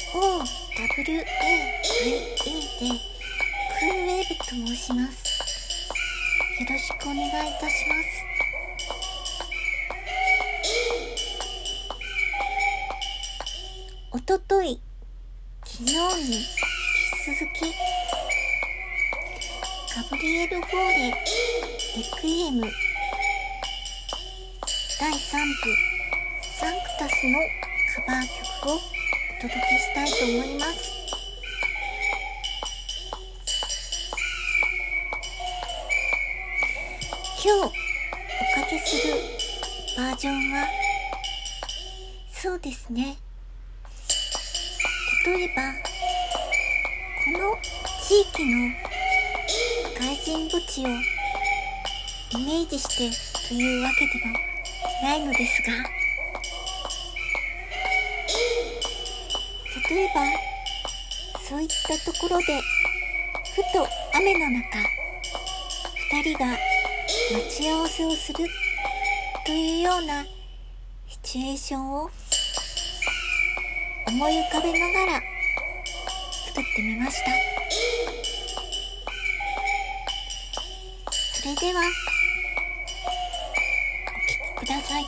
OWAVE でクールウェーブと申します。よろしくお願いいたします。おととい、昨日に引き続きガブリエル・フォーレレクイエム第3部サンクタスのカバー曲をお届けしたいと思います。今日おかけするバージョンはそうですね、例えばこの地域の外人墓地をイメージしてというわけでもないのですが、例えばそういったところでふと雨の中2人が待ち合わせをするというようなシチュエーションを思い浮かべながら作ってみました。それではお聴きください。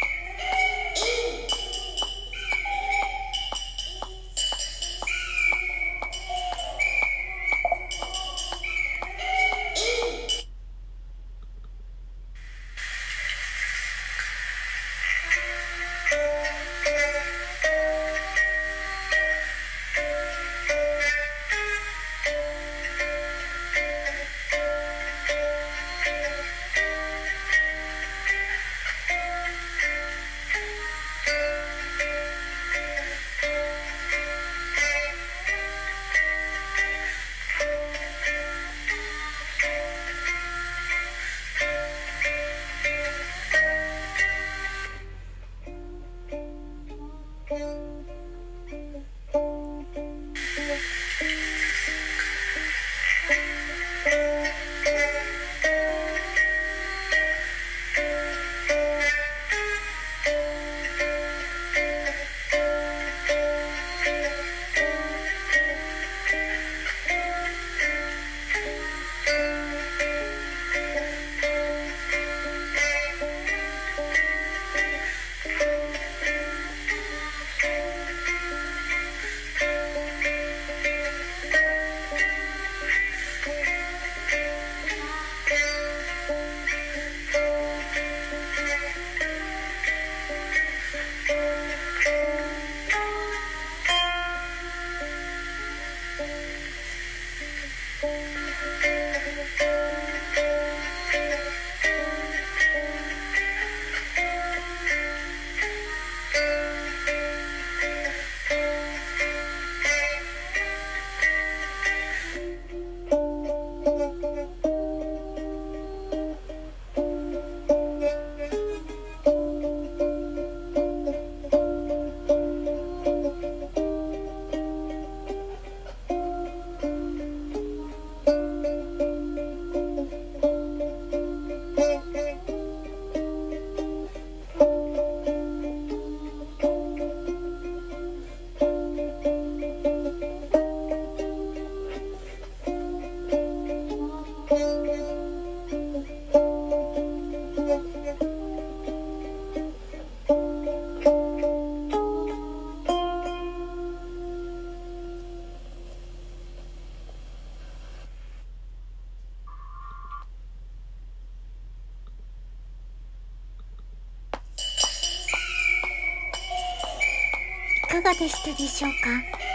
いかがでしたでしょうか。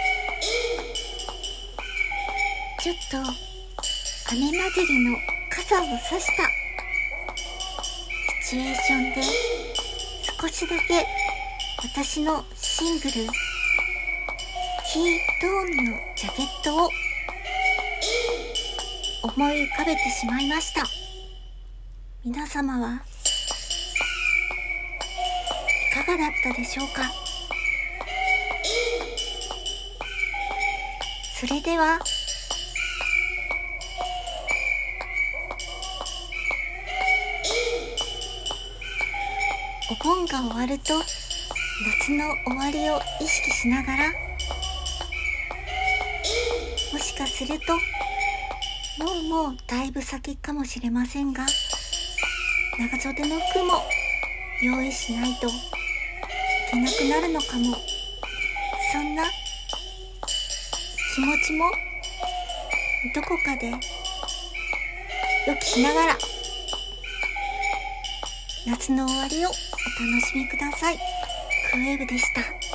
ちょっと雨混じりの傘を差したシチュエーションで少しだけ私のシングル T トーンのジャケットを思い浮かべてしまいました。皆様はいかがだったでしょうか。それではお盆が終わると夏の終わりを意識しながらかするともうだいぶ先かもしれませんが、長袖の服も用意しないといけなくなるのかも。そんな気持ちもどこかで予期しながら夏の終わりをお楽しみください。クーウェーブでした。